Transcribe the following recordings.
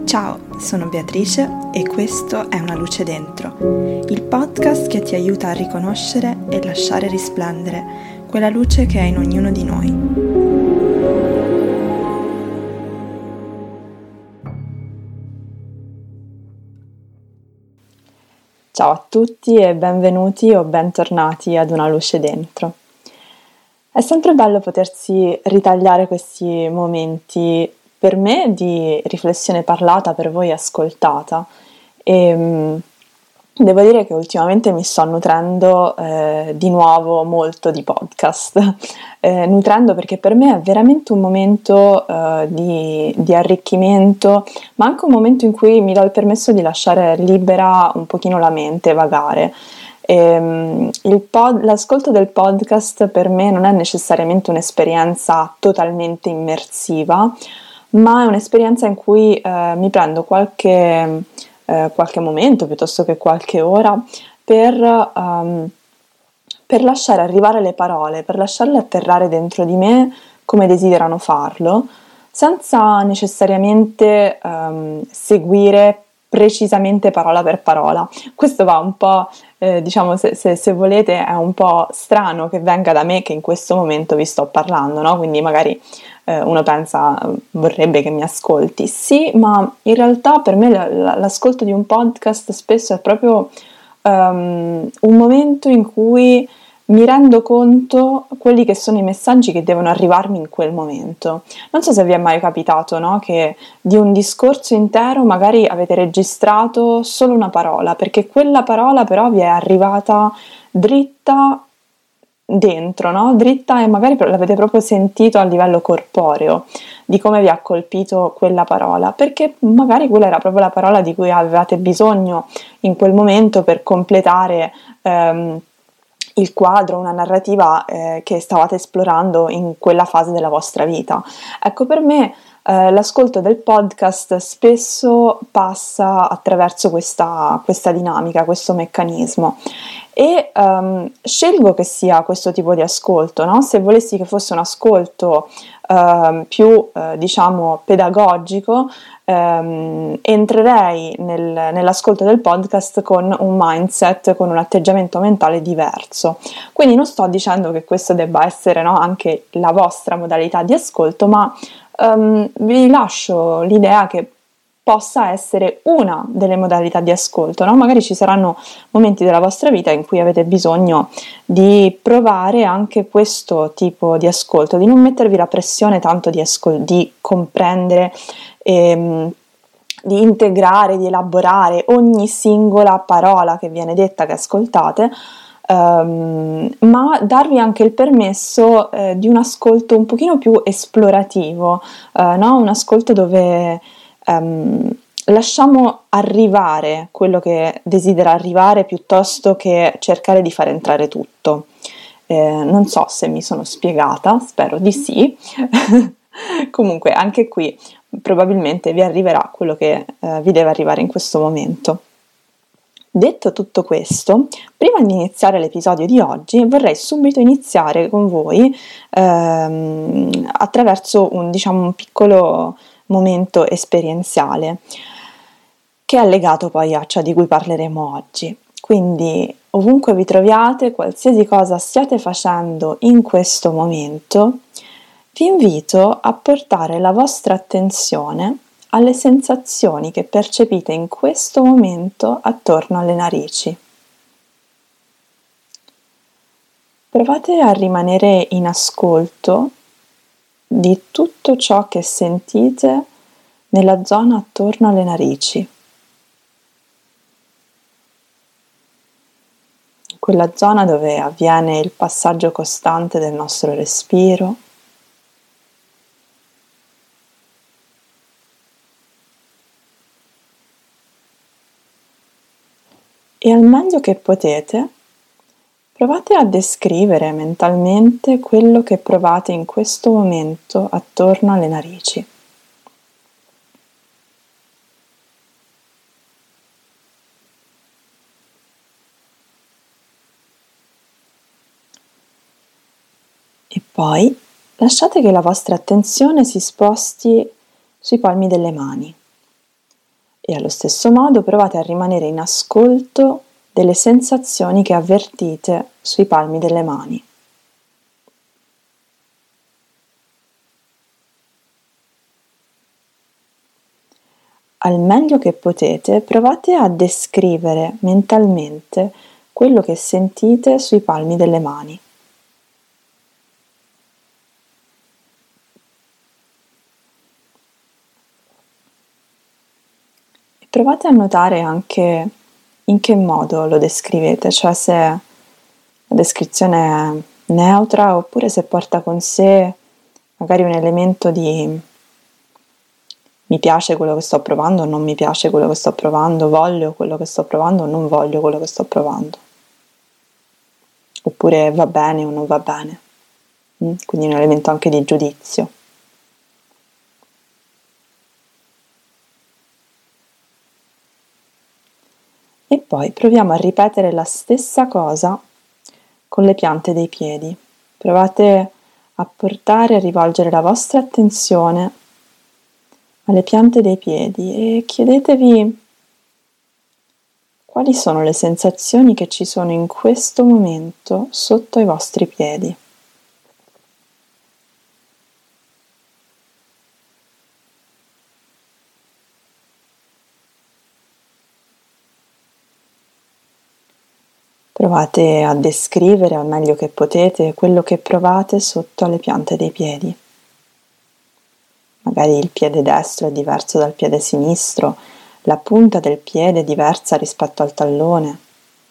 Ciao, sono Beatrice e questo è Una luce dentro, il podcast che ti aiuta a riconoscere e lasciare risplendere quella luce che è in ognuno di noi. Ciao a tutti e benvenuti o bentornati ad Una luce dentro. È sempre bello potersi ritagliare questi momenti per me di riflessione parlata, per voi ascoltata, e devo dire che ultimamente mi sto nutrendo di nuovo molto di podcast, nutrendo perché per me è veramente un momento di arricchimento, ma anche un momento in cui mi do il permesso di lasciare libera un pochino la mente, vagare. L'ascolto del podcast per me non è necessariamente un'esperienza totalmente immersiva, ma è un'esperienza in cui mi prendo qualche momento piuttosto che qualche ora per lasciare arrivare le parole, per lasciarle atterrare dentro di me come desiderano farlo, senza necessariamente seguire precisamente parola per parola. Questo va un po', diciamo, se volete, è un po' strano che venga da me che in questo momento vi sto parlando, no? Quindi magari uno pensa, vorrebbe che mi ascolti. Sì, ma in realtà per me l'ascolto di un podcast spesso è proprio un momento in cui mi rendo conto quelli che sono i messaggi che devono arrivarmi in quel momento. Non so se vi è mai capitato, no? Che di un discorso intero magari avete registrato solo una parola, perché quella parola però vi è arrivata dritta dentro, no? Dritta, e magari l'avete proprio sentito a livello corporeo di come vi ha colpito quella parola, perché magari quella era proprio la parola di cui avevate bisogno in quel momento per completare il quadro, una narrativa che stavate esplorando in quella fase della vostra vita. Ecco, per me l'ascolto del podcast spesso passa attraverso questa dinamica, questo meccanismo, e scelgo che sia questo tipo di ascolto, no? Se volessi che fosse un ascolto più diciamo pedagogico, entrerei nell'ascolto del podcast con un mindset, con un atteggiamento mentale diverso. Quindi non sto dicendo che questo debba essere, no, anche la vostra modalità di ascolto, ma vi lascio l'idea che possa essere una delle modalità di ascolto, no? Magari ci saranno momenti della vostra vita in cui avete bisogno di provare anche questo tipo di ascolto, di non mettervi la pressione tanto di comprendere, di integrare, di elaborare ogni singola parola che viene detta, che ascoltate, ma darvi anche il permesso di un ascolto un pochino più esplorativo, no? Un ascolto dove lasciamo arrivare quello che desidera arrivare piuttosto che cercare di far entrare tutto. Non so se mi sono spiegata, spero di sì. Comunque anche qui probabilmente vi arriverà quello che vi deve arrivare in questo momento. Detto tutto questo, prima di iniziare l'episodio di oggi vorrei subito iniziare con voi attraverso un piccolo momento esperienziale che è legato poi a ciò di cui parleremo oggi. Quindi ovunque vi troviate, qualsiasi cosa stiate facendo in questo momento, vi invito a portare la vostra attenzione alle sensazioni che percepite in questo momento attorno alle narici. Provate a rimanere in ascolto di tutto ciò che sentite nella zona attorno alle narici. Quella zona dove avviene il passaggio costante del nostro respiro. E al meglio che potete, provate a descrivere mentalmente quello che provate in questo momento attorno alle narici. E poi lasciate che la vostra attenzione si sposti sui palmi delle mani. E allo stesso modo provate a rimanere in ascolto delle sensazioni che avvertite sui palmi delle mani. Al meglio che potete, provate a descrivere mentalmente quello che sentite sui palmi delle mani. E provate a notare anche in che modo lo descrivete, cioè se la descrizione è neutra oppure se porta con sé magari un elemento di mi piace quello che sto provando o non mi piace quello che sto provando, voglio quello che sto provando o non voglio quello che sto provando. Oppure va bene o non va bene. Quindi un elemento anche di giudizio. E poi proviamo a ripetere la stessa cosa con le piante dei piedi. Provate a portare, a rivolgere la vostra attenzione alle piante dei piedi e chiedetevi quali sono le sensazioni che ci sono in questo momento sotto i vostri piedi. Provate a descrivere al meglio che potete quello che provate sotto alle piante dei piedi. Magari il piede destro è diverso dal piede sinistro, la punta del piede è diversa rispetto al tallone.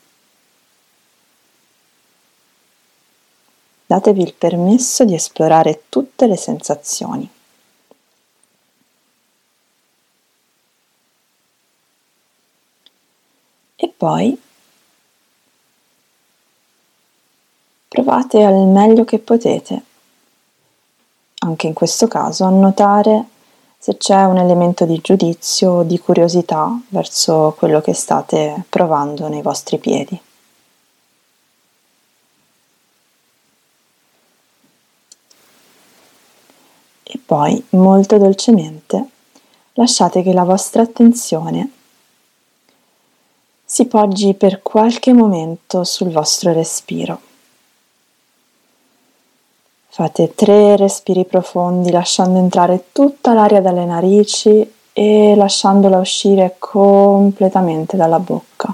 Datevi il permesso di esplorare tutte le sensazioni. E poi provate al meglio che potete, anche in questo caso, a notare se c'è un elemento di giudizio o di curiosità verso quello che state provando nei vostri piedi. E poi, molto dolcemente, lasciate che la vostra attenzione si poggi per qualche momento sul vostro respiro. Fate 3 respiri profondi lasciando entrare tutta l'aria dalle narici e lasciandola uscire completamente dalla bocca.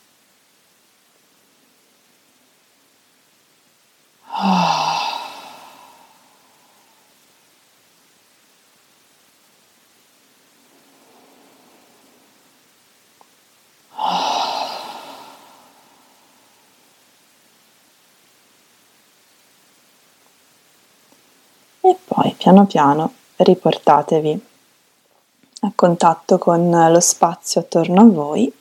E poi piano piano riportatevi a contatto con lo spazio attorno a voi.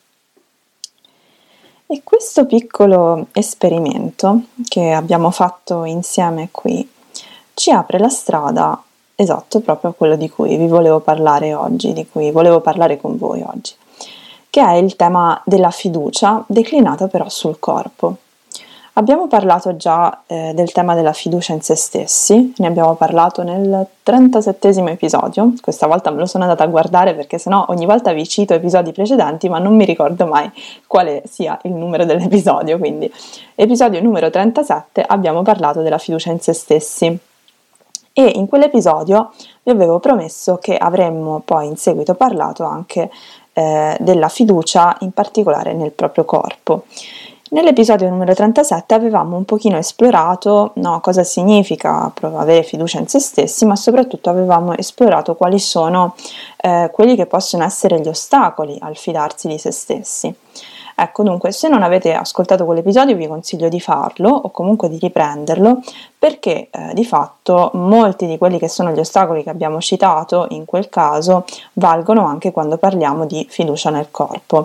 E questo piccolo esperimento che abbiamo fatto insieme qui ci apre la strada, esatto, proprio a quello di cui vi volevo parlare oggi, di cui volevo parlare con voi oggi, che è il tema della fiducia declinata però sul corpo. Abbiamo parlato già del tema della fiducia in se stessi, ne abbiamo parlato nel 37esimo episodio, questa volta me lo sono andata a guardare perché sennò ogni volta vi cito episodi precedenti ma non mi ricordo mai quale sia il numero dell'episodio, quindi episodio numero 37 abbiamo parlato della fiducia in se stessi e in quell'episodio vi avevo promesso che avremmo poi in seguito parlato anche della fiducia in particolare nel proprio corpo. Nell'episodio numero 37 avevamo un pochino esplorato cosa significa avere fiducia in se stessi, ma soprattutto avevamo esplorato quali sono quelli che possono essere gli ostacoli al fidarsi di se stessi. Ecco, dunque, se non avete ascoltato quell'episodio vi consiglio di farlo o comunque di riprenderlo perché di fatto molti di quelli che sono gli ostacoli che abbiamo citato in quel caso valgono anche quando parliamo di fiducia nel corpo.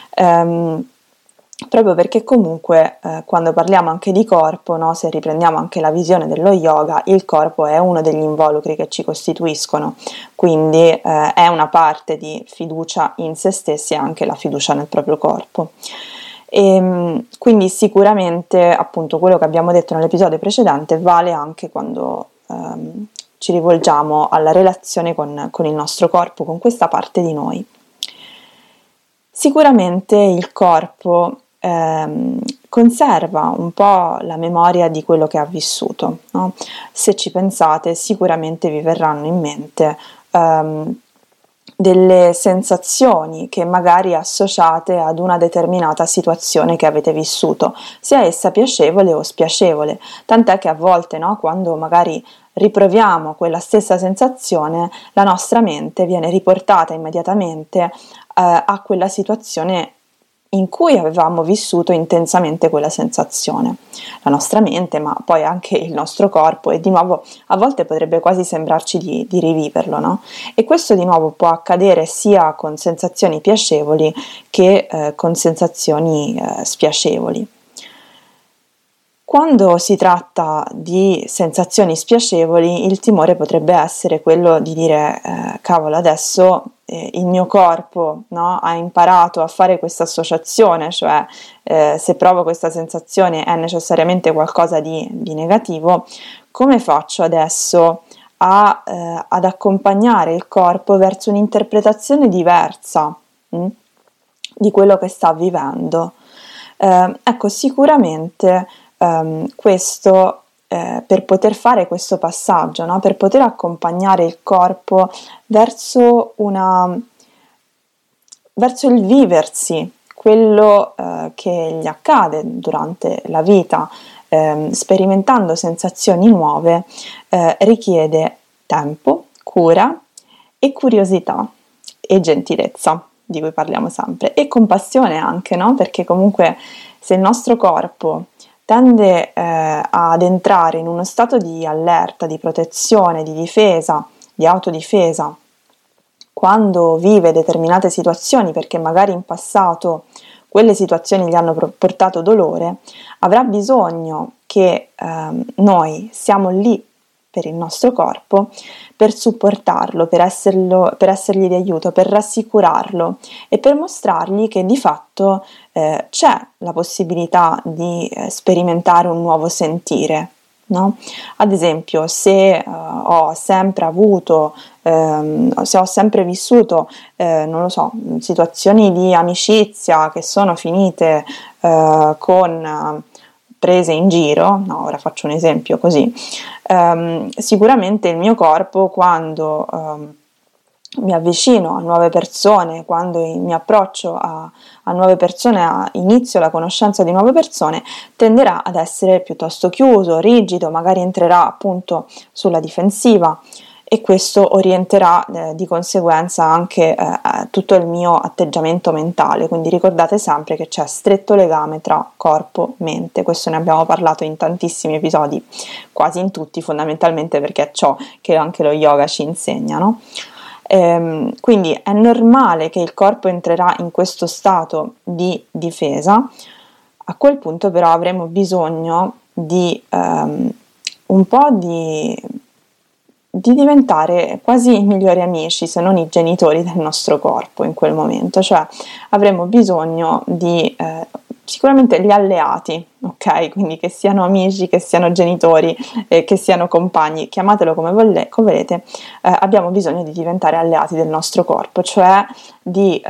Proprio perché comunque quando parliamo anche di corpo, se riprendiamo anche la visione dello yoga, il corpo è uno degli involucri che ci costituiscono, quindi è una parte di fiducia in se stessi e anche la fiducia nel proprio corpo. E, quindi sicuramente appunto quello che abbiamo detto nell'episodio precedente vale anche quando ci rivolgiamo alla relazione con il nostro corpo, con questa parte di noi. Sicuramente il corpo conserva un po' la memoria di quello che ha vissuto, no? Se ci pensate, sicuramente vi verranno in mente delle sensazioni che magari associate ad una determinata situazione che avete vissuto, sia essa piacevole o spiacevole, tant'è che a volte, no, quando magari riproviamo quella stessa sensazione, la nostra mente viene riportata immediatamente a quella situazione in cui avevamo vissuto intensamente quella sensazione. La nostra mente, ma poi anche il nostro corpo, e di nuovo a volte potrebbe quasi sembrarci di riviverlo, no? E questo di nuovo può accadere sia con sensazioni piacevoli che con sensazioni spiacevoli. Quando si tratta di sensazioni spiacevoli, il timore potrebbe essere quello di dire cavolo, adesso il mio corpo, no, ha imparato a fare questa associazione, cioè se provo questa sensazione è necessariamente qualcosa di negativo, come faccio adesso ad accompagnare il corpo verso un'interpretazione diversa di quello che sta vivendo? Ecco, sicuramente questo per poter fare questo passaggio, no? Per poter accompagnare il corpo verso il viversi, quello che gli accade durante la vita, sperimentando sensazioni nuove, richiede tempo, cura e curiosità e gentilezza, di cui parliamo sempre, e compassione anche, no? Perché comunque se il nostro corpo tende ad entrare in uno stato di allerta, di protezione, di difesa, di autodifesa, quando vive determinate situazioni, perché magari in passato quelle situazioni gli hanno portato dolore, avrà bisogno che noi siamo lì per il nostro corpo, per supportarlo, per essergli di aiuto, per rassicurarlo e per mostrargli che di fatto c'è la possibilità di sperimentare un nuovo sentire, no? Ad esempio, se ho sempre avuto, se ho sempre vissuto, non lo so, situazioni di amicizia che sono finite con prese in giro, no, ora faccio un esempio così, sicuramente il mio corpo quando mi avvicino a nuove persone, quando mi approccio a nuove persone, inizio la conoscenza di nuove persone, tenderà ad essere piuttosto chiuso, rigido, magari entrerà appunto sulla difensiva e questo orienterà di conseguenza anche tutto il mio atteggiamciamento mentale, quindi ricordate sempre che c'è stretto legame tra corpo e mente, questo ne abbiamo parlato in tantissimi episodi, quasi in tutti fondamentalmente perché è ciò che anche lo yoga ci insegna, no? Quindi è normale che il corpo entrerà in questo stato di difesa, a quel punto però avremo bisogno di un po' di diventare quasi i migliori amici, se non i genitori del nostro corpo in quel momento, cioè avremo bisogno di sicuramente gli alleati, ok? Quindi che siano amici, che siano genitori, che siano compagni, chiamatelo come volete, abbiamo bisogno di diventare alleati del nostro corpo, cioè di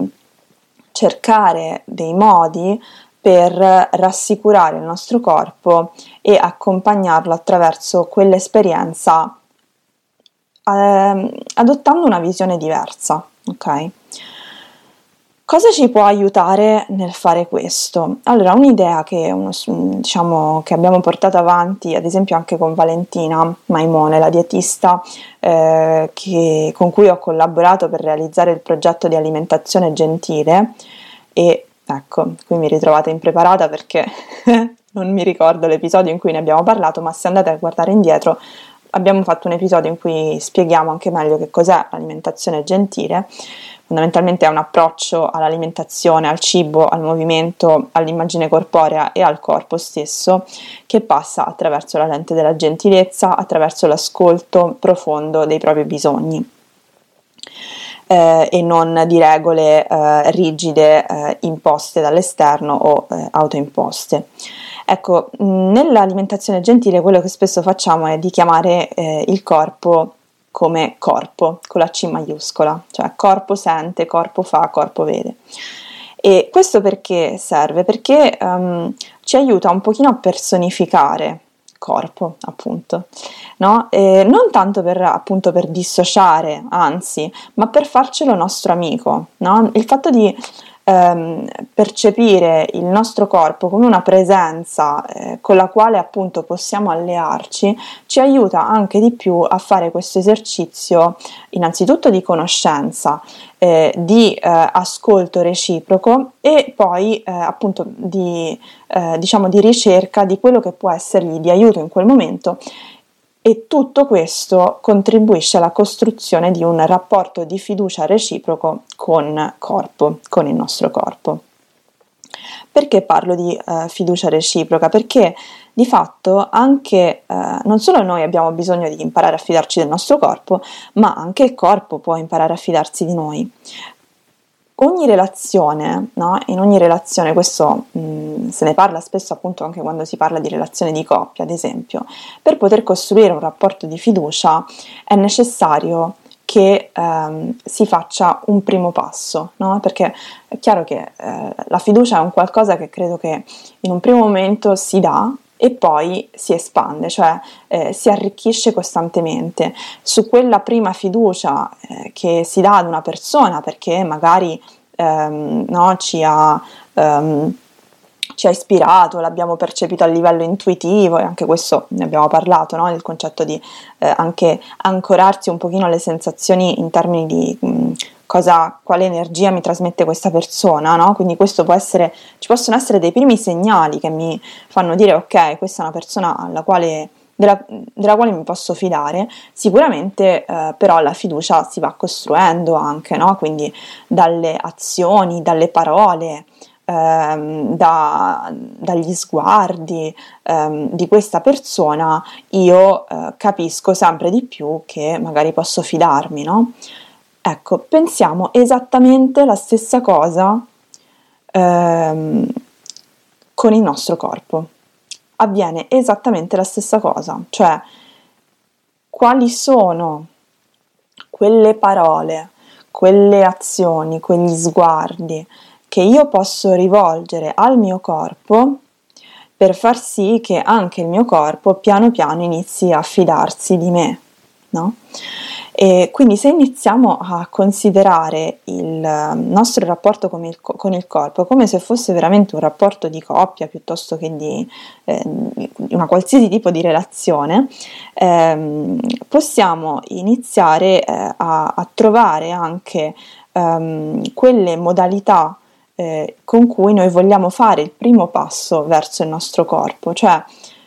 cercare dei modi per rassicurare il nostro corpo e accompagnarlo attraverso quell'esperienza adottando una visione diversa, ok? Cosa ci può aiutare nel fare questo? Allora, un'idea che abbiamo portato avanti, ad esempio anche con Valentina Maimone, la dietista con cui ho collaborato per realizzare il progetto di alimentazione gentile, e ecco, qui mi ritrovate impreparata perché non mi ricordo l'episodio in cui ne abbiamo parlato, ma se andate a guardare indietro abbiamo fatto un episodio in cui spieghiamo anche meglio che cos'è l'alimentazione gentile. Fondamentalmente è un approccio all'alimentazione, al cibo, al movimento, all'immagine corporea e al corpo stesso che passa attraverso la lente della gentilezza, attraverso l'ascolto profondo dei propri bisogni e non di regole rigide imposte dall'esterno o autoimposte. Ecco, nell'alimentazione gentile quello che spesso facciamo è di chiamare il corpo come corpo, con la C maiuscola, cioè corpo sente, corpo fa, corpo vede. E questo perché serve? Perché ci aiuta un pochino a personificare corpo, appunto, no? Non tanto per, appunto, per dissociare, anzi, ma per farcelo nostro amico, no? Il fatto di percepire il nostro corpo come una presenza con la quale appunto possiamo allearci ci aiuta anche di più a fare questo esercizio innanzitutto di conoscenza, di ascolto reciproco e poi appunto diciamo di ricerca di quello che può essergli di aiuto in quel momento. E tutto questo contribuisce alla costruzione di un rapporto di fiducia reciproco con corpo, con il nostro corpo. Perché parlo di fiducia reciproca? Perché di fatto anche non solo noi abbiamo bisogno di imparare a fidarci del nostro corpo, ma anche il corpo può imparare a fidarsi di noi. Ogni relazione, no? In ogni relazione, questo se ne parla spesso appunto anche quando si parla di relazione di coppia, ad esempio, per poter costruire un rapporto di fiducia è necessario che si faccia un primo passo, no? Perché è chiaro che la fiducia è un qualcosa che credo che in un primo momento si dà e poi si espande, cioè si arricchisce costantemente. Su quella prima fiducia che si dà ad una persona perché magari no, ci ha ispirato, l'abbiamo percepito a livello intuitivo e anche questo ne abbiamo parlato, no? Del concetto di anche ancorarsi un pochino alle sensazioni in termini di quale energia mi trasmette questa persona, no? Quindi ci possono essere dei primi segnali che mi fanno dire ok, questa è una persona della quale mi posso fidare. Sicuramente però la fiducia si va costruendo anche, no? Quindi dalle azioni, dalle parole, dagli sguardi di questa persona io capisco sempre di più che magari posso fidarmi, no? Ecco, pensiamo esattamente la stessa cosa con il nostro corpo. Avviene esattamente la stessa cosa, cioè quali sono quelle parole, quelle azioni, quegli sguardi che io posso rivolgere al mio corpo per far sì che anche il mio corpo piano piano inizi a fidarsi di me, no? E quindi se iniziamo a considerare il nostro rapporto con il corpo come se fosse veramente un rapporto di coppia piuttosto che di una qualsiasi tipo di relazione, possiamo iniziare a trovare anche quelle modalità con cui noi vogliamo fare il primo passo verso il nostro corpo, cioè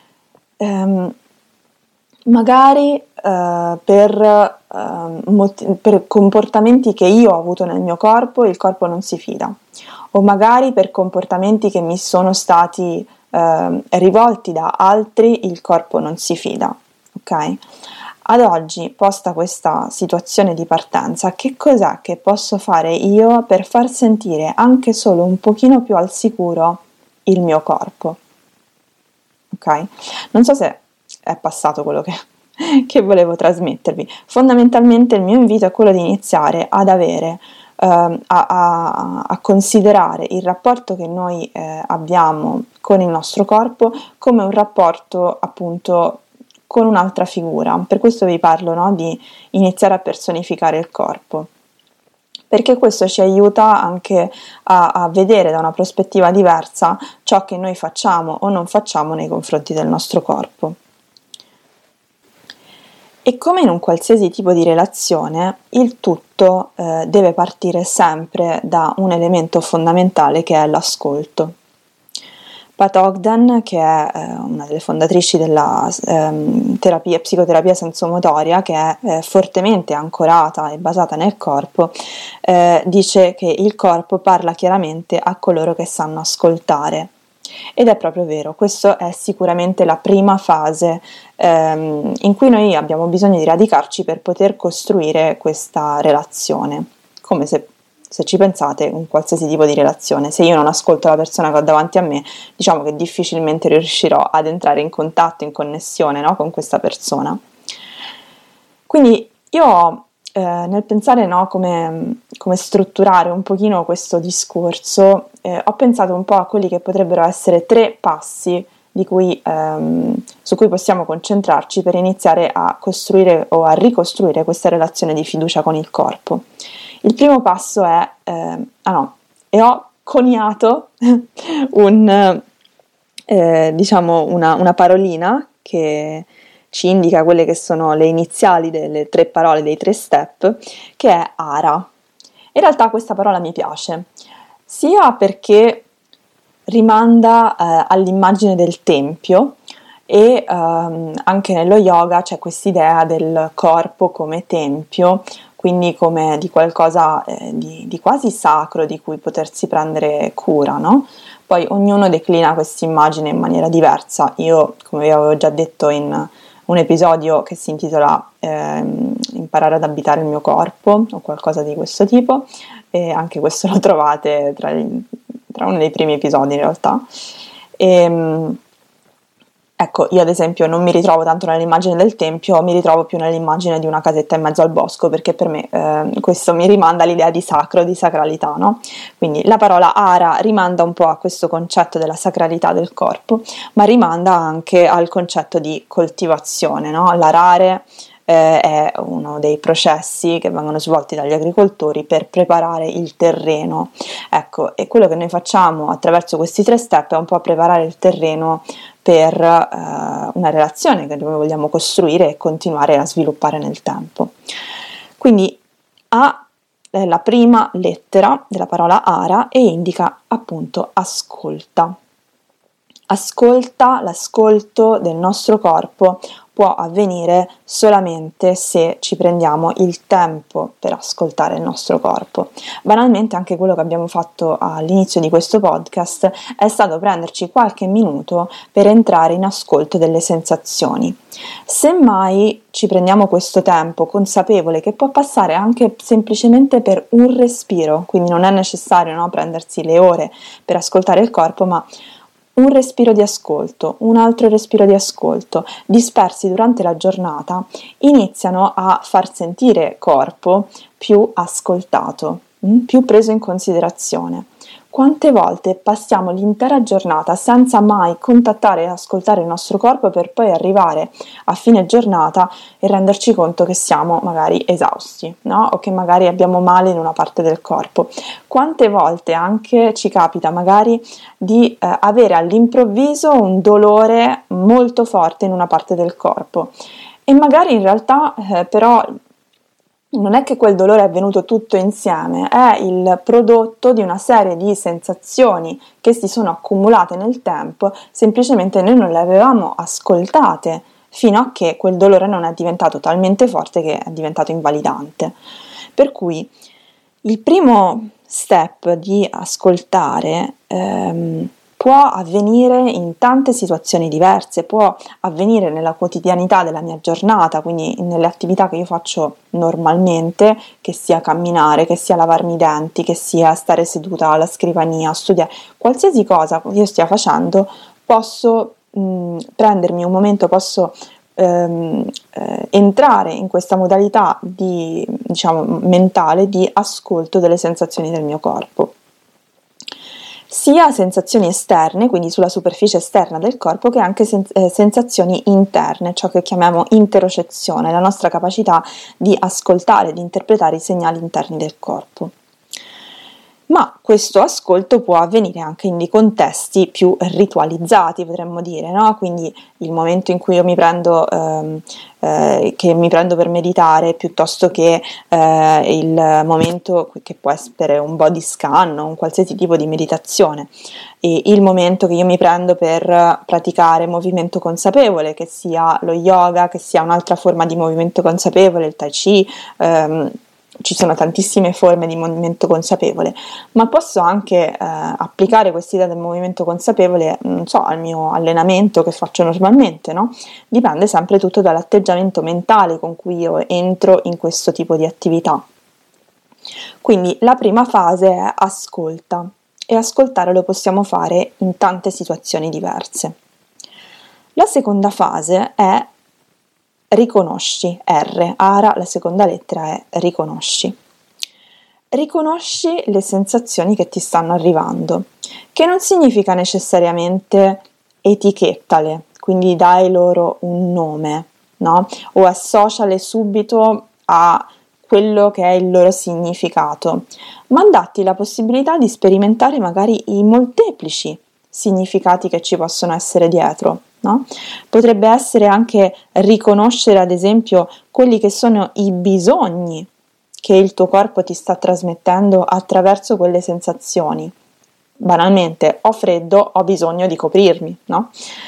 magari per comportamenti che io ho avuto nel mio corpo, il corpo non si fida, o magari per comportamenti che mi sono stati rivolti da altri, il corpo non si fida, ok? Ad oggi, posta questa situazione di partenza, che cos'è che posso fare io per far sentire anche solo un pochino più al sicuro il mio corpo? Ok? Non so se è passato quello che volevo trasmettervi. Fondamentalmente il mio invito è quello di iniziare ad avere, a considerare il rapporto che noi abbiamo con il nostro corpo come un rapporto appunto con un'altra figura. Per questo vi parlo, no, di iniziare a personificare il corpo, perché questo ci aiuta anche a vedere da una prospettiva diversa ciò che noi facciamo o non facciamo nei confronti del nostro corpo. E come in un qualsiasi tipo di relazione, il tutto deve partire sempre da un elemento fondamentale che è l'ascolto. Pat Ogden, che è una delle fondatrici della psicoterapia sensomotoria, che è fortemente ancorata e basata nel corpo, dice che il corpo parla chiaramente a coloro che sanno ascoltare. Ed è proprio vero, questa è sicuramente la prima fase in cui noi abbiamo bisogno di radicarci per poter costruire questa relazione, come se ci pensate un qualsiasi tipo di relazione. Se io non ascolto la persona che ho davanti a me, diciamo che difficilmente riuscirò ad entrare in contatto, in connessione, no, con questa persona. Quindi Io nel pensare, no, come strutturare un pochino questo discorso, ho pensato un po' a quelli che potrebbero essere 3 passi su cui possiamo concentrarci per iniziare a costruire o a ricostruire questa relazione di fiducia con il corpo. Il primo passo è, ho coniato una parolina che ci indica quelle che sono le iniziali delle 3 parole, dei 3 step, che è ARA. In realtà questa parola mi piace, sia perché rimanda all'immagine del tempio e anche nello yoga c'è quest'idea del corpo come tempio, quindi come di qualcosa di quasi sacro di cui potersi prendere cura, no? Poi ognuno declina questa immagine in maniera diversa. Io, come vi avevo già detto in un episodio che si intitola Imparare ad abitare il mio corpo o qualcosa di questo tipo, e anche questo lo trovate tra uno dei primi episodi in realtà. Ecco, io ad esempio non mi ritrovo tanto nell'immagine del tempio, mi ritrovo più nell'immagine di una casetta in mezzo al bosco, perché per me questo mi rimanda all'idea di sacro, di sacralità, no? Quindi la parola ara rimanda un po' a questo concetto della sacralità del corpo, ma rimanda anche al concetto di coltivazione, no? L'arare è uno dei processi che vengono svolti dagli agricoltori per preparare il terreno. Ecco, e quello che noi facciamo attraverso questi 3 step è un po' preparare il terreno per una relazione che noi vogliamo costruire e continuare a sviluppare nel tempo. Quindi A è la prima lettera della parola ara e indica appunto ascolta. L'ascolto del nostro corpo può avvenire solamente se ci prendiamo il tempo per ascoltare il nostro corpo. Banalmente anche quello che abbiamo fatto all'inizio di questo podcast è stato prenderci qualche minuto per entrare in ascolto delle sensazioni. Semmai ci prendiamo questo tempo consapevole, che può passare anche semplicemente per un respiro, quindi non è necessario, no, prendersi le ore per ascoltare il corpo, ma un respiro di ascolto, un altro respiro di ascolto, dispersi durante la giornata, iniziano a far sentire corpo più ascoltato, più preso in considerazione. Quante volte passiamo l'intera giornata senza mai contattare e ascoltare il nostro corpo per poi arrivare a fine giornata e renderci conto che siamo magari esausti, no? O che magari abbiamo male in una parte del corpo. Quante volte anche ci capita magari di avere all'improvviso un dolore molto forte in una parte del corpo e magari in realtà però non è che quel dolore è venuto tutto insieme, è il prodotto di una serie di sensazioni che si sono accumulate nel tempo, semplicemente noi non le avevamo ascoltate fino a che quel dolore non è diventato talmente forte che è diventato invalidante. Per cui il primo step di ascoltare può avvenire in tante situazioni diverse, può avvenire nella quotidianità della mia giornata, quindi nelle attività che io faccio normalmente, che sia camminare, che sia lavarmi i denti, che sia stare seduta alla scrivania, studiare, qualsiasi cosa io stia facendo, posso prendermi un momento, posso entrare in questa modalità di, mentale di ascolto delle sensazioni del mio corpo. Sia sensazioni esterne, quindi sulla superficie esterna del corpo, che anche sensazioni interne, ciò che chiamiamo interocezione, la nostra capacità di ascoltare, di interpretare i segnali interni del corpo. Ma questo ascolto può avvenire anche in dei contesti più ritualizzati, potremmo dire, no? Quindi il momento in cui io mi prendo per meditare, piuttosto che il momento che può essere un body scan o un qualsiasi tipo di meditazione, e il momento che io mi prendo per praticare movimento consapevole, che sia lo yoga, che sia un'altra forma di movimento consapevole, il tai chi, ci sono tantissime forme di movimento consapevole, ma posso anche applicare quest'idea del movimento consapevole, non so, al mio allenamento che faccio normalmente, no? Dipende sempre tutto dall'atteggiamento mentale con cui io entro in questo tipo di attività. Quindi la prima fase è ascolta, e ascoltare lo possiamo fare in tante situazioni diverse. La seconda fase è riconosci, R, ARA, la seconda lettera è riconosci. Riconosci le sensazioni che ti stanno arrivando, che non significa necessariamente etichettale, quindi dai loro un nome, no? O associale subito a quello che è il loro significato, ma datti la possibilità di sperimentare magari i molteplici significati che ci possono essere dietro, no? Potrebbe essere anche riconoscere, ad esempio, quelli che sono i bisogni che il tuo corpo ti sta trasmettendo attraverso quelle sensazioni. Banalmente, ho freddo, ho bisogno di coprirmi, no?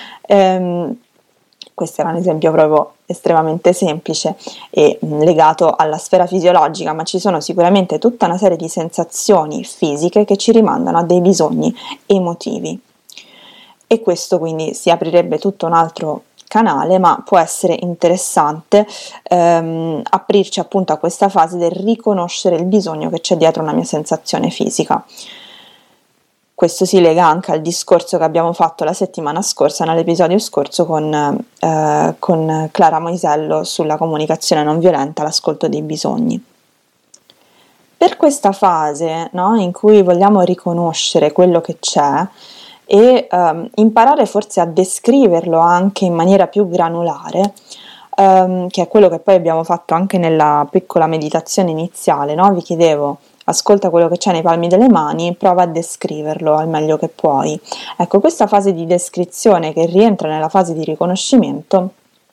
Questo era un esempio proprio estremamente semplice e legato alla sfera fisiologica, ma ci sono sicuramente tutta una serie di sensazioni fisiche che ci rimandano a dei bisogni emotivi. E questo quindi si aprirebbe tutto un altro canale, ma può essere interessante aprirci appunto a questa fase del riconoscere il bisogno che c'è dietro una mia sensazione fisica. Questo si lega anche al discorso che abbiamo fatto la settimana scorsa, nell'episodio scorso con Clara Moisello sulla comunicazione non violenta, l'ascolto dei bisogni. Per questa fase, no, in cui vogliamo riconoscere quello che c'è e imparare forse a descriverlo anche in maniera più granulare, che è quello che poi abbiamo fatto anche nella piccola meditazione iniziale, no? Vi chiedevo: ascolta quello che c'è nei palmi delle mani, prova a descriverlo al meglio che puoi. Ecco, questa fase di descrizione che rientra nella fase di riconoscimento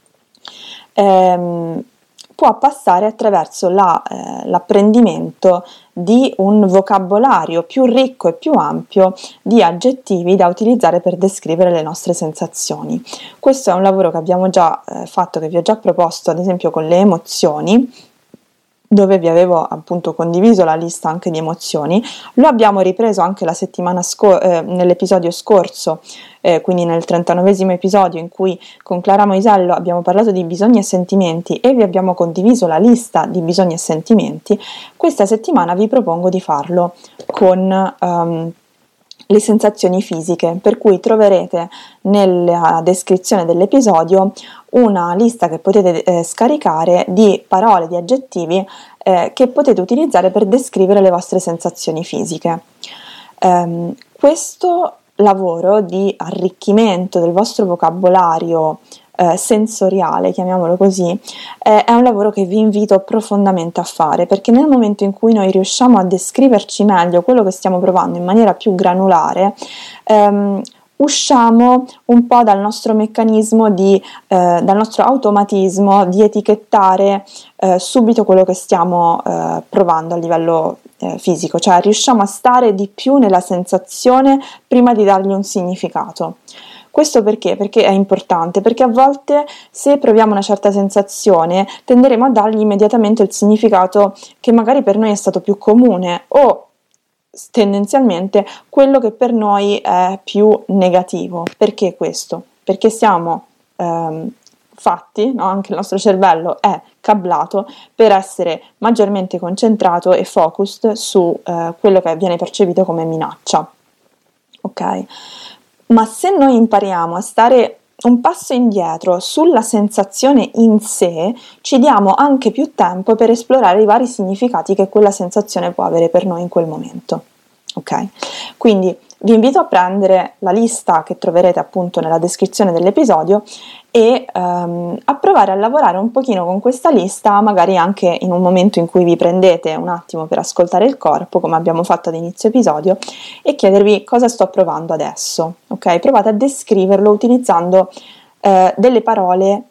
può passare attraverso l'apprendimento di un vocabolario più ricco e più ampio di aggettivi da utilizzare per descrivere le nostre sensazioni. Questo è un lavoro che abbiamo già fatto, che vi ho già proposto ad esempio con le emozioni, dove vi avevo appunto condiviso la lista anche di emozioni. Lo abbiamo ripreso anche la settimana nell'episodio scorso, quindi nel 39esimo episodio, in cui con Clara Moisello abbiamo parlato di bisogni e sentimenti e vi abbiamo condiviso la lista di bisogni e sentimenti. Questa settimana vi propongo di farlo con le sensazioni fisiche, per cui troverete nella descrizione dell'episodio una lista che potete scaricare di parole, di aggettivi che potete utilizzare per descrivere le vostre sensazioni fisiche. Questo lavoro di arricchimento del vostro vocabolario sensoriale, chiamiamolo così, è un lavoro che vi invito profondamente a fare, perché nel momento in cui noi riusciamo a descriverci meglio quello che stiamo provando in maniera più granulare, usciamo un po' dal nostro meccanismo dal nostro automatismo di etichettare subito quello che stiamo provando a livello fisico, cioè riusciamo a stare di più nella sensazione prima di dargli un significato. Questo perché? Perché è importante, perché a volte se proviamo una certa sensazione tenderemo a dargli immediatamente il significato che magari per noi è stato più comune o tendenzialmente quello che per noi è più negativo. Perché questo? Perché siamo fatti, no? Anche il nostro cervello è cablato per essere maggiormente concentrato e focused su quello che viene percepito come minaccia. Ok? Ma se noi impariamo a stare un passo indietro sulla sensazione in sé, ci diamo anche più tempo per esplorare i vari significati che quella sensazione può avere per noi in quel momento. Ok? Quindi vi invito a prendere la lista che troverete appunto nella descrizione dell'episodio e a provare a lavorare un pochino con questa lista, magari anche in un momento in cui vi prendete un attimo per ascoltare il corpo, come abbiamo fatto ad inizio episodio, e chiedervi cosa sto provando adesso. Ok? Provate a descriverlo utilizzando delle parole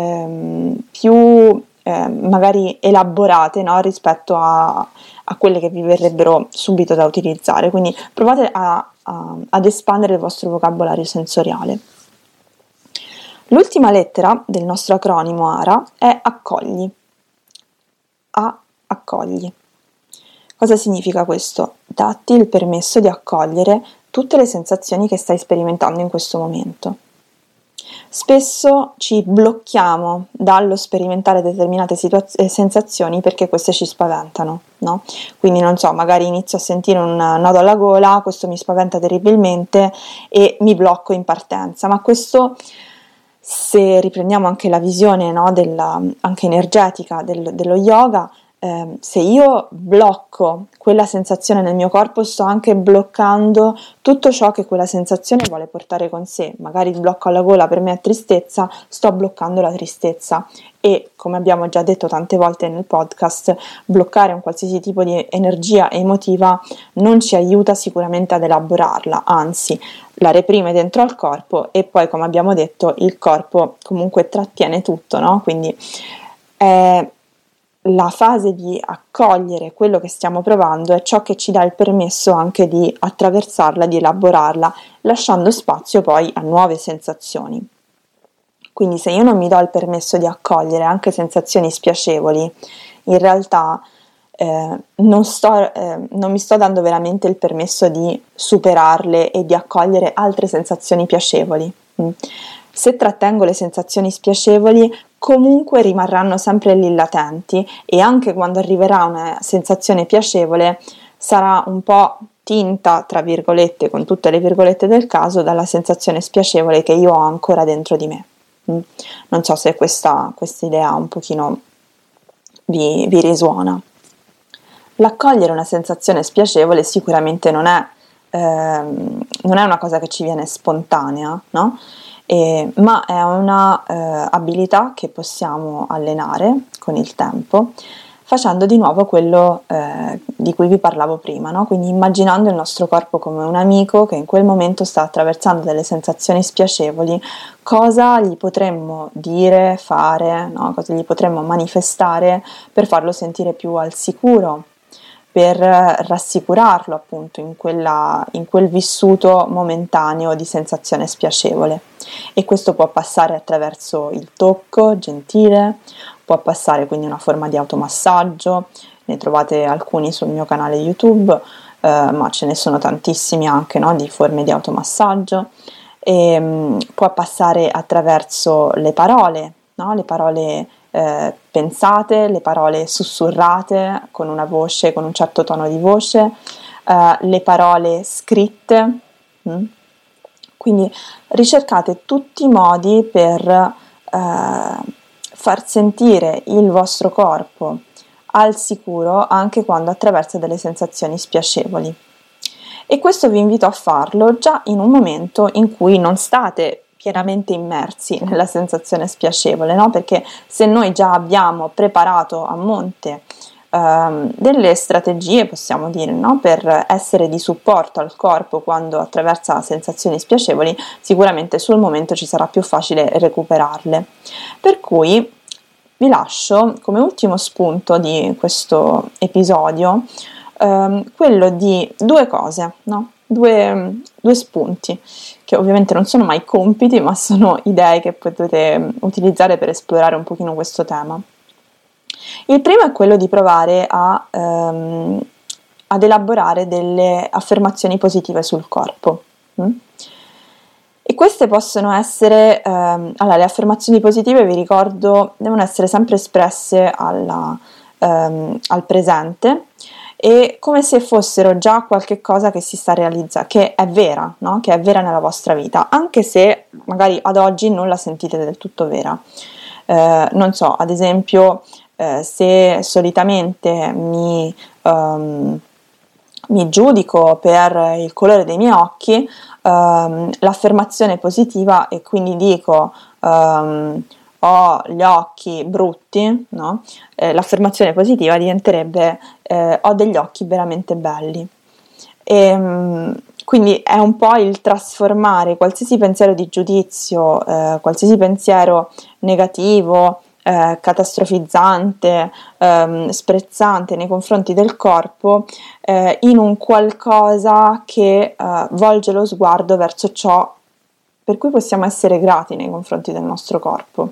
più magari elaborate, no? Rispetto a quelle che vi verrebbero subito da utilizzare. Quindi provate ad espandere il vostro vocabolario sensoriale. L'ultima lettera del nostro acronimo ARA è accogli. Accogli. Cosa significa questo? Datti il permesso di accogliere tutte le sensazioni che stai sperimentando in questo momento. Spesso ci blocchiamo dallo sperimentare determinate sensazioni perché queste ci spaventano, no? Quindi non so, magari inizio a sentire un nodo alla gola, questo mi spaventa terribilmente e mi blocco in partenza, ma questo Se riprendiamo anche la visione, no, anche energetica dello yoga, se io blocco quella sensazione nel mio corpo, sto anche bloccando tutto ciò che quella sensazione vuole portare con sé. Magari il blocco alla gola per me è tristezza, sto bloccando la tristezza. E come abbiamo già detto tante volte nel podcast, bloccare un qualsiasi tipo di energia emotiva non ci aiuta sicuramente ad elaborarla, anzi la reprime dentro al corpo, e poi, come abbiamo detto, il corpo comunque trattiene tutto, no? Quindi la fase di accogliere quello che stiamo provando è ciò che ci dà il permesso anche di attraversarla, di elaborarla, lasciando spazio poi a nuove sensazioni. Quindi se io non mi do il permesso di accogliere anche sensazioni spiacevoli, in realtà non mi sto dando veramente il permesso di superarle e di accogliere altre sensazioni piacevoli. Se trattengo le sensazioni spiacevoli, comunque rimarranno sempre lì latenti, e anche quando arriverà una sensazione piacevole sarà un po' tinta, tra virgolette, con tutte le virgolette del caso, dalla sensazione spiacevole che io ho ancora dentro di me. Non so se questa idea un pochino vi risuona. L'accogliere una sensazione spiacevole sicuramente non è una cosa che ci viene spontanea, no? Ma è una abilità che possiamo allenare con il tempo, facendo di nuovo quello di cui vi parlavo prima, no? Quindi immaginando il nostro corpo come un amico che in quel momento sta attraversando delle sensazioni spiacevoli, cosa gli potremmo dire, fare, no? Cosa gli potremmo manifestare per farlo sentire più al sicuro, per rassicurarlo appunto in quel vissuto momentaneo di sensazione spiacevole. E questo può passare attraverso il tocco gentile, può passare quindi una forma di automassaggio, ne trovate alcuni sul mio canale YouTube, ma ce ne sono tantissimi anche, no, di forme di automassaggio. Può passare attraverso le parole, no? Le parole pensate, le parole sussurrate con una voce, con un certo tono di voce, le parole scritte. Quindi ricercate tutti i modi per far sentire il vostro corpo al sicuro anche quando attraversa delle sensazioni spiacevoli. E questo vi invito a farlo già in un momento in cui non state pienamente immersi nella sensazione spiacevole, no? Perché se noi già abbiamo preparato a monte delle strategie, possiamo dire, no? Per essere di supporto al corpo quando attraversa sensazioni spiacevoli, sicuramente sul momento ci sarà più facile recuperarle. Per cui vi lascio come ultimo spunto di questo episodio quello di due cose, no? Due spunti, che ovviamente non sono mai compiti, ma sono idee che potete utilizzare per esplorare un pochino questo tema. Il primo è quello di provare ad elaborare delle affermazioni positive sul corpo. E queste possono essere, allora, le affermazioni positive, vi ricordo, devono essere sempre espresse al presente, e come se fossero già qualche cosa che si sta realizzando, che è vera, no? Che è vera nella vostra vita, anche se magari ad oggi non la sentite del tutto vera. Non so, ad esempio, se solitamente mi giudico per il colore dei miei occhi, l'affermazione positiva, e quindi dico ho gli occhi brutti, no? L'affermazione positiva diventerebbe ho degli occhi veramente belli. Quindi è un po' il trasformare qualsiasi pensiero di giudizio, qualsiasi pensiero negativo, catastrofizzante, sprezzante nei confronti del corpo, in un qualcosa che volge lo sguardo verso ciò per cui possiamo essere grati nei confronti del nostro corpo.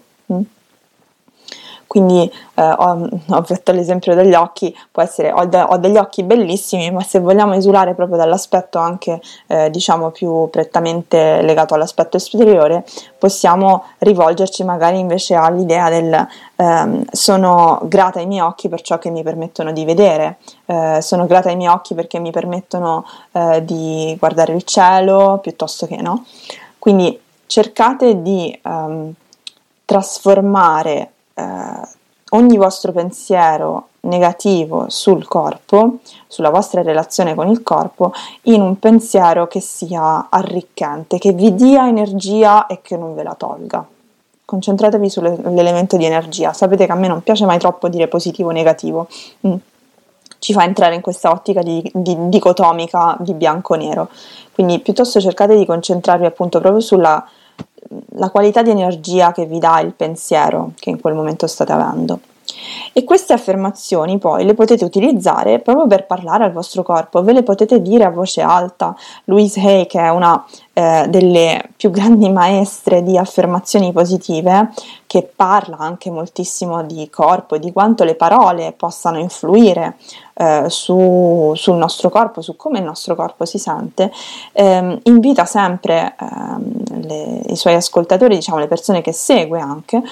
Quindi ho fatto l'esempio degli occhi, può essere ho degli occhi bellissimi, ma se vogliamo esulare proprio dall'aspetto anche diciamo più prettamente legato all'aspetto esteriore, possiamo rivolgerci magari invece all'idea del sono grata ai miei occhi per ciò che mi permettono di vedere, sono grata ai miei occhi perché mi permettono di guardare il cielo, piuttosto che no. Quindi cercate di trasformare ogni vostro pensiero negativo sul corpo, sulla vostra relazione con il corpo, in un pensiero che sia arricchente, che vi dia energia e che non ve la tolga. Concentratevi sull'elemento di energia. Sapete che a me non piace mai troppo dire positivo o negativo, ci fa entrare in questa ottica di dicotomica di bianco-nero, quindi piuttosto cercate di concentrarvi appunto proprio sulla qualità di energia che vi dà il pensiero che in quel momento state avendo. E queste affermazioni poi le potete utilizzare proprio per parlare al vostro corpo, ve le potete dire a voce alta. Louise Hay, che è una delle più grandi maestre di affermazioni positive, che parla anche moltissimo di corpo e di quanto le parole possano influire sul nostro corpo, su come il nostro corpo si sente, invita sempre i suoi ascoltatori, diciamo le persone che segue anche,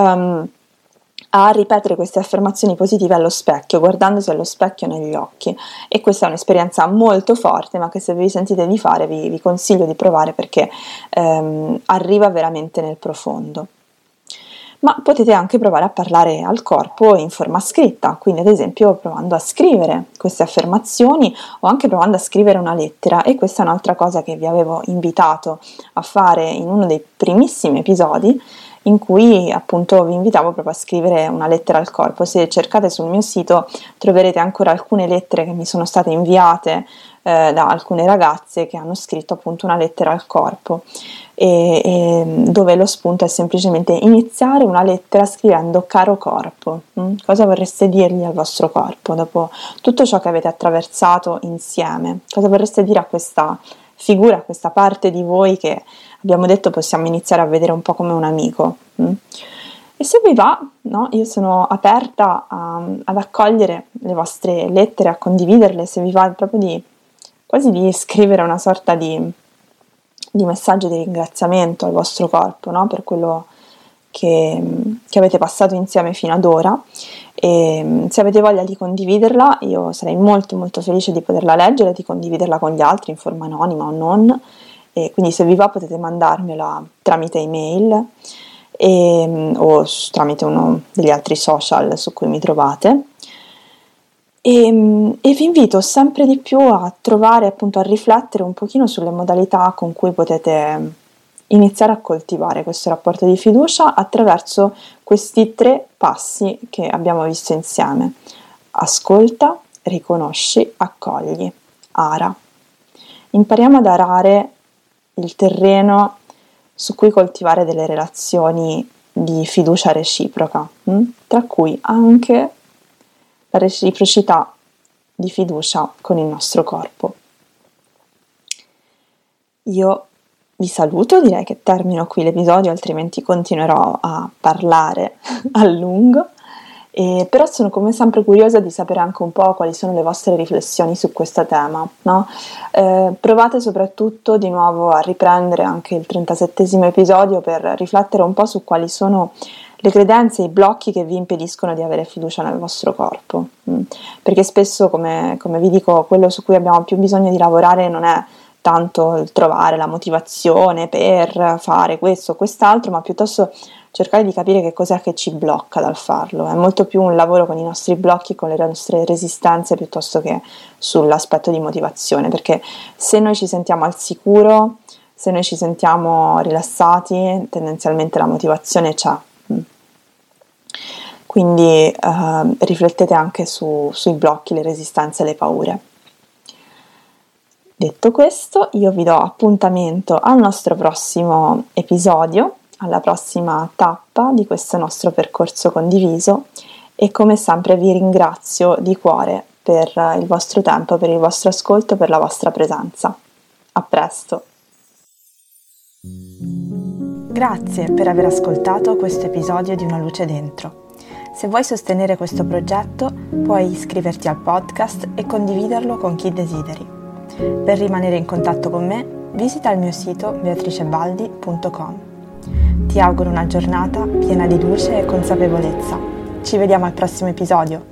a ripetere queste affermazioni positive allo specchio, guardandosi allo specchio negli occhi. E questa è un'esperienza molto forte, ma che se vi sentite di fare vi consiglio di provare, perché arriva veramente nel profondo. Ma potete anche provare a parlare al corpo in forma scritta, quindi ad esempio provando a scrivere queste affermazioni o anche provando a scrivere una lettera. E questa è un'altra cosa che vi avevo invitato a fare in uno dei primissimi episodi, in cui appunto vi invitavo proprio a scrivere una lettera al corpo. Se cercate sul mio sito troverete ancora alcune lettere che mi sono state inviate da alcune ragazze che hanno scritto appunto una lettera al corpo, e dove lo spunto è semplicemente iniziare una lettera scrivendo: caro corpo, cosa vorreste dirgli al vostro corpo dopo tutto ciò che avete attraversato insieme? Cosa vorreste dire a questa figura, a questa parte di voi che abbiamo detto possiamo iniziare a vedere un po' come un amico? E se vi va, no, io sono aperta ad accogliere le vostre lettere, a condividerle, se vi va proprio quasi di scrivere una sorta di messaggio di ringraziamento al vostro corpo, no, per quello che avete passato insieme fino ad ora. E se avete voglia di condividerla, io sarei molto molto felice di poterla leggere, di condividerla con gli altri in forma anonima o non. E quindi se vi va potete mandarmela tramite email o tramite uno degli altri social su cui mi trovate. E vi invito sempre di più a trovare, appunto, a riflettere un pochino sulle modalità con cui potete iniziare a coltivare questo rapporto di fiducia attraverso questi 3 passi che abbiamo visto insieme: ascolta, riconosci, accogli, ara. Impariamo ad arare il terreno su cui coltivare delle relazioni di fiducia reciproca, tra cui anche la reciprocità di fiducia con il nostro corpo. Io vi saluto, direi che termino qui l'episodio, altrimenti continuerò a parlare a lungo, però sono come sempre curiosa di sapere anche un po' quali sono le vostre riflessioni su questo tema, no? Provate soprattutto di nuovo a riprendere anche il 37esimo episodio per riflettere un po' su quali sono le credenze, i blocchi che vi impediscono di avere fiducia nel vostro corpo, perché spesso, come vi dico, quello su cui abbiamo più bisogno di lavorare non è tanto il trovare la motivazione per fare questo o quest'altro, ma piuttosto cercare di capire che cos'è che ci blocca dal farlo. È molto più un lavoro con i nostri blocchi, con le nostre resistenze, piuttosto che sull'aspetto di motivazione, perché se noi ci sentiamo al sicuro, se noi ci sentiamo rilassati, tendenzialmente la motivazione c'è. Quindi riflettete anche sui blocchi, le resistenze e le paure. Detto questo, io vi do appuntamento al nostro prossimo episodio, alla prossima tappa di questo nostro percorso condiviso, e come sempre vi ringrazio di cuore per il vostro tempo, per il vostro ascolto, per la vostra presenza. A presto! Grazie per aver ascoltato questo episodio di Una luce dentro. Se vuoi sostenere questo progetto, puoi iscriverti al podcast e condividerlo con chi desideri. Per rimanere in contatto con me, visita il mio sito beatricebaldi.com. Ti auguro una giornata piena di luce e consapevolezza. Ci vediamo al prossimo episodio.